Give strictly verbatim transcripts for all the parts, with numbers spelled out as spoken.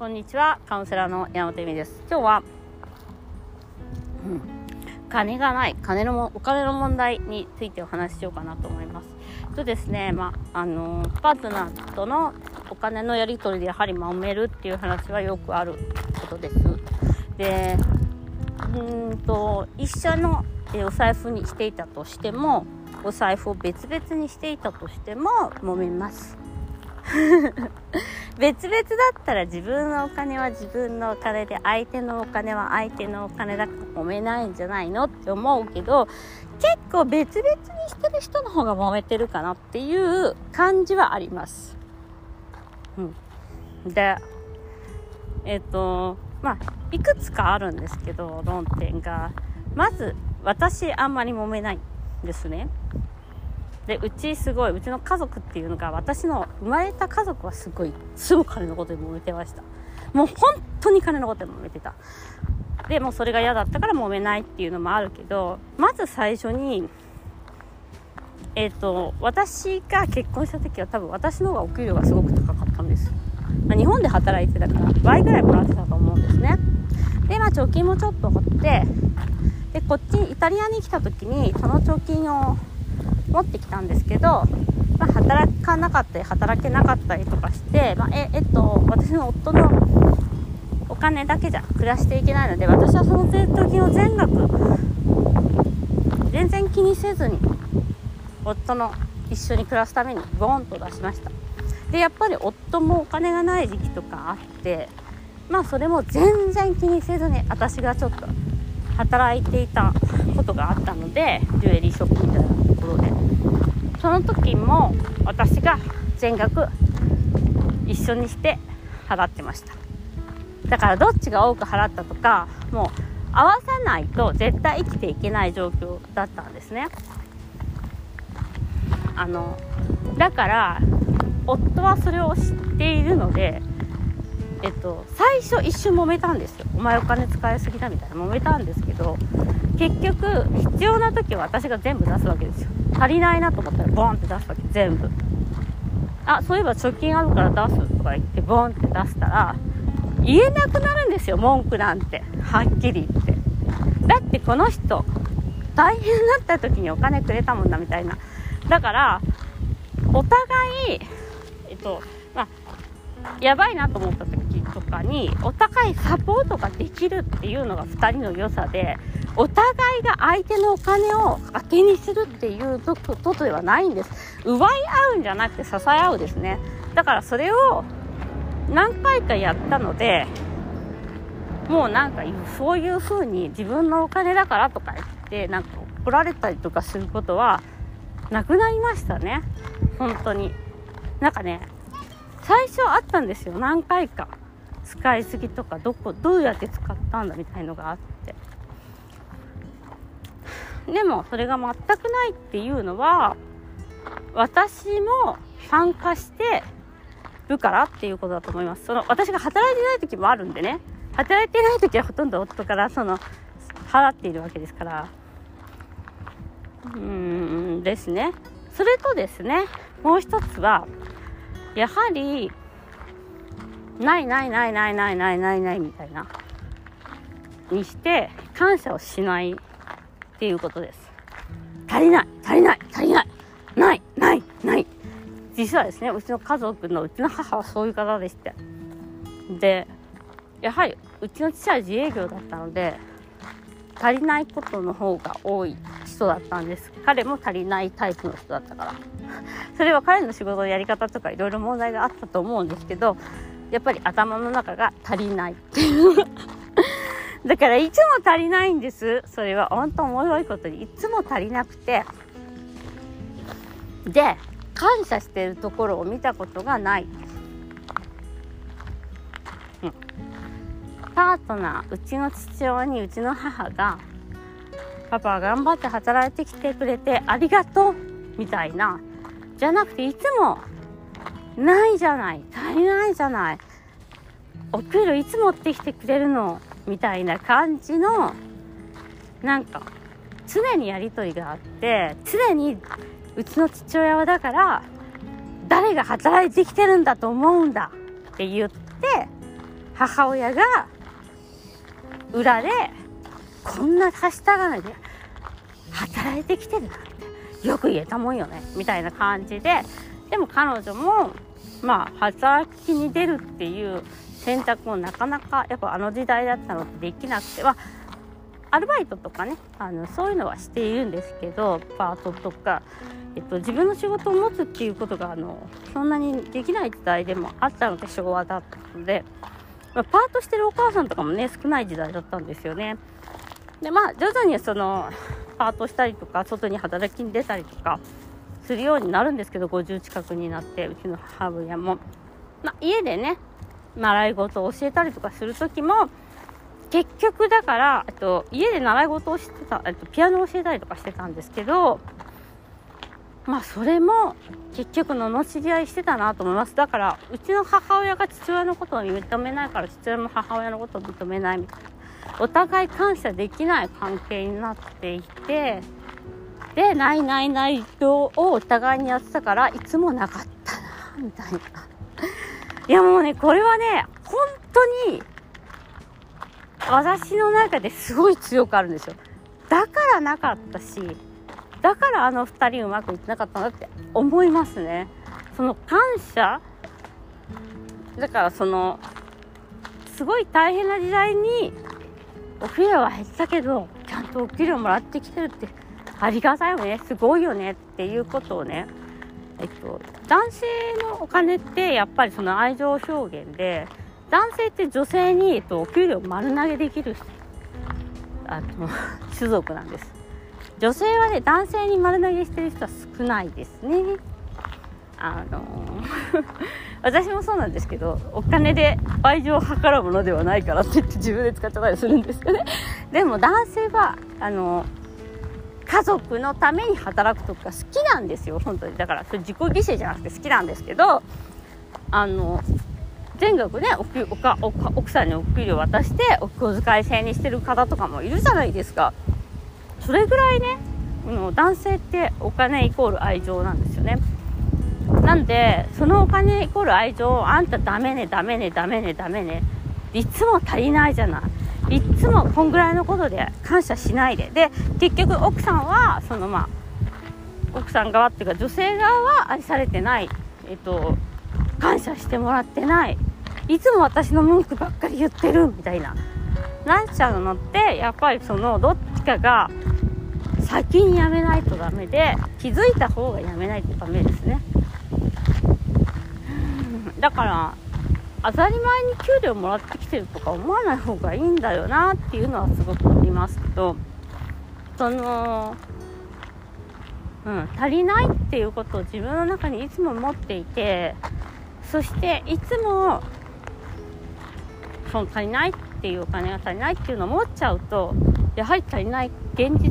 こんにちは、カウンセラーの山本由美です。今日は、うん、金がない金のもお金の問題についてお話ししようかなと思います。とですね、まああのパートナーとのお金のやり取りでやはり揉めるっていう話はよくあることです。で、うーんと一緒のお財布にしていたとしても、お財布を別々にしていたとしても揉めます。別々だったら自分のお金は自分のお金で、相手のお金は相手のお金だから揉めないんじゃないのって思うけど、結構別々にしてる人の方が揉めてるかなっていう感じはあります。うん、でえっとまあいくつかあるんですけど、論点がまず私あんまり揉めないんですね。でうちすごいうちの家族っていうのが、私の生まれた家族はすごいすぐ金のことで揉めてました。もう本当に金のことで揉めてた。でもうそれが嫌だったから揉めないっていうのもあるけど、まず最初にえっと私が結婚した時は多分私の方がお給料がすごく高かったんです。まあ、日本で働いてたから倍ぐらいもらってたと思うんですね。でまあ貯金もちょっと掘って、でこっちイタリアに来た時にその貯金を持ってきたんですけど、まあ、働かなかったり働けなかったりとかして、まあ、ええっと私の夫のお金だけじゃ暮らしていけないので、私はその貯金を全額全然気にせずに夫の一緒に暮らすためにボーンと出しました。でやっぱり夫もお金がない時期とかあって、まあそれも全然気にせずに私がちょっと働いていたことがあったので、ジュエリーショップみたいなところで、その時も私が全額一緒にして払ってました。だからどっちが多く払ったとか、もう合わさないと絶対生きていけない状況だったんですね。あのだから夫はそれを知っているので、えっと、最初一瞬揉めたんですよ。お前お金使いすぎだみたいな揉めたんですけど、結局必要な時は私が全部出すわけですよ。足りないなと思ったらボンって出すわけ、全部。あ、そういえば貯金あるから出すとか言ってボンって出したら言えなくなるんですよ、文句なんて。はっきり言って、だってこの人大変だった時にお金くれたもんなみたいな。だからお互いえっとまあやばいなと思った時とかにお互いサポートができるっていうのがふたりの良さで、お互いが相手のお金を当てにするっていうことではないんです。奪い合うんじゃなくて支え合うですね。だからそれを何回かやったので、もうなんかそういう風に自分のお金だからとか言ってなんか怒られたりとかすることはなくなりましたね。本当になんかね、最初あったんですよ、何回か。使いすぎとかどこどうやって使ったんだみたいのがあって、でもそれが全くないっていうのは、私も参加してるからっていうことだと思います。その私が働いてない時もあるんでね、働いてない時はほとんど夫からその払っているわけですから、うーんですね。それとですね、もう一つはやはりないないないないないないないないみたいなにして感謝をしないっていうことです。足りない足りない足りないないないない。実はですね、うちの家族のうちの母はそういう方でして、でやはりうちの父は自営業だったので足りないことの方が多い人だったんです。彼も足りないタイプの人だったから、それは彼の仕事のやり方とかいろいろ問題があったと思うんですけど、やっぱり頭の中が足りないっていうだからいつも足りないんです。それは本当面白いことにいつも足りなくて、で感謝しているところを見たことがない、うん、パートナー、うちの父親にうちの母がパパは頑張って働いてきてくれてありがとうみたいなじゃなくて、いつもないじゃない、足りないじゃない、お給料いつ持ってきてくれるのみたいな感じの、なんか常にやりとりがあって、常にうちの父親はだから誰が働いてきてるんだと思うんだって言って母親が裏でこんなはしたがないで働いてきてるなんてよく言えたもんよねみたいな感じで、でも彼女もまあ働きに出るっていう選択もなかなかやっぱあの時代だったのでできなくて、まあアルバイトとかね、あのそういうのはしているんですけど、パートとか、えっと、自分の仕事を持つっていうことがあのそんなにできない時代でもあったので、昭和だったので、まあ、パートしてるお母さんとかもね少ない時代だったんですよね。でまあ徐々にそのパートしたりとか外に働きに出たりとかするようになるんですけど、ごじゅう近くになって、うちの母親も、まあ、家でね習い事を教えたりとかする時も結局だから、と家で習い事をしてた、とピアノを教えたりとかしてたんですけど、まあそれも結局罵り合いしてたなと思います。だからうちの母親が父親のことを認めないから父親も母親のことを認めないみたいな、お互い感謝できない関係になっていて、でないないないをお互いにやってたから、いつもなかったなみたいな。いやもうね、これはね本当に私の中ですごい強くあるんですよ。だからなかったし、だからあの二人うまくいってなかったなって思いますね。その感謝だから、そのすごい大変な時代にお給料は減ったけどちゃんとお給料もらってきてるってありがたいよね、すごいよねっていうことをね、えっと男性のお金ってやっぱりその愛情表現で、男性って女性に、えっと、お給料丸投げできるあの種族なんです。女性はね男性に丸投げしてる人は少ないですね。あの私もそうなんですけど、お金で愛情を図るものではないからって言って自分で使っちゃったりするんですよね。でも男性はあの家族のために働くとか好きなんですよ、本当に。だからそれ自己犠牲じゃなくて好きなんですけど、あの全額ねおおかおか奥さんにお給料渡してお小遣い制にしてる方とかもいるじゃないですか。それぐらいね、男性ってお金イコール愛情なんですよね。なんでそのお金イコール愛情、あんたダメねダメねダメねダメね、いつも足りないじゃない、いつもこんぐらいのことで感謝しないで、で結局奥さんはそのまあ奥さん側っていうか女性側は愛されてない、えっと感謝してもらってない、いつも私の文句ばっかり言ってるみたいななっちゃうのって、やっぱりそのどっちかが先にやめないとダメで、気づいた方がやめないとダメですね。だから当たり前に給料もらってきてるとか思わない方がいいんだよなっていうのはすごく思いますけど、その、うん、足りないっていうことを自分の中にいつも持っていて、そしていつもその足りないっていうお金が足りないっていうのを持っちゃうと、やはり足りない現実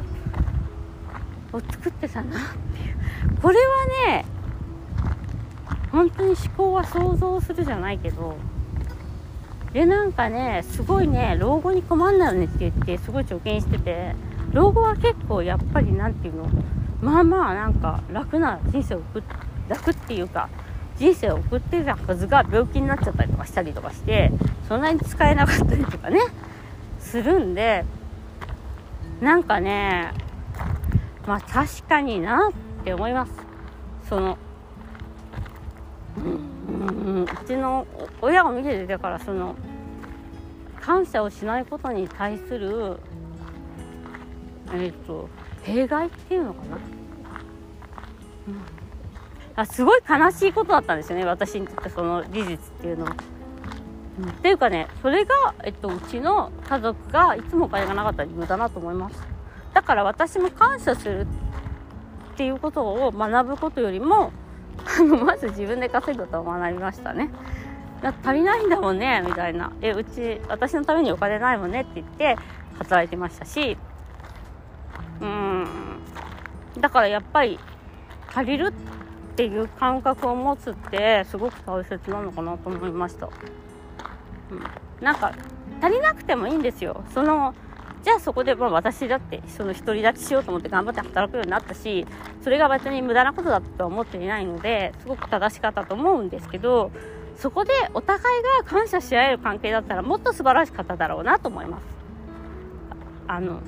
を作ってたなっていう、これはね本当に思考は想像するじゃないけど、でなんかねすごいね老後に困んないよねって言ってすごい貯金してて、老後は結構やっぱりなんていうの、まあまあなんか楽な人生を送っ楽っていうか人生を送ってたはずが病気になっちゃったりとかしたりとかして、そんなに使えなかったりとかねするんで、なんかねまあ確かになって思います。そのうん、うちの親を見てて、だからその感謝をしないことに対するえっと弊害っていうのかな、うん、あすごい悲しいことだったんですよね、私にとってその事実っていうのは、うん、っていうかね、それが、えっと、うちの家族がいつもお金がなかった理由だなと思います。だから私も感謝するっていうことを学ぶことよりもまず自分で稼ぐことを学びましたね。だ足りないんだもんねみたいな、えうち私のためにお金ないもんねって言って働いてましたし、うーんだからやっぱり借りるっていう感覚を持つってすごく大切なのかなと思いました、うん、なんか足りなくてもいいんですよ。そのじゃあそこで、まあ、私だってその独り立ちしようと思って頑張って働くようになったし、それが別に無駄なことだとは思っていないので、すごく正しかったと思うんですけど、 そこでお互いが感謝し合える関係だったらもっと素晴らしかっただろうなと思います。あの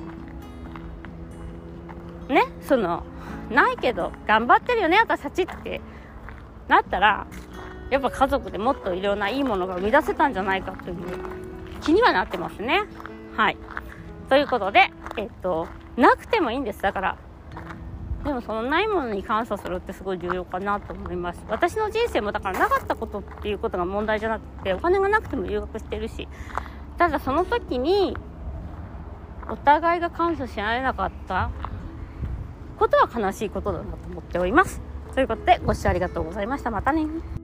ね、そのないけど頑張ってるよね私たちってなったら、やっぱ家族でもっといろんないいものが生み出せたんじゃないかという気にはなってますね。はい、ということで、えっとなくてもいいんです。だからでもそのないものに感謝するってすごい重要かなと思います。私の人生もだからなかったことっていうことが問題じゃなくて、お金がなくても留学してるし、ただその時にお互いが感謝し合えなかったことは悲しいことだなと思っております。ということでご視聴ありがとうございました。またね。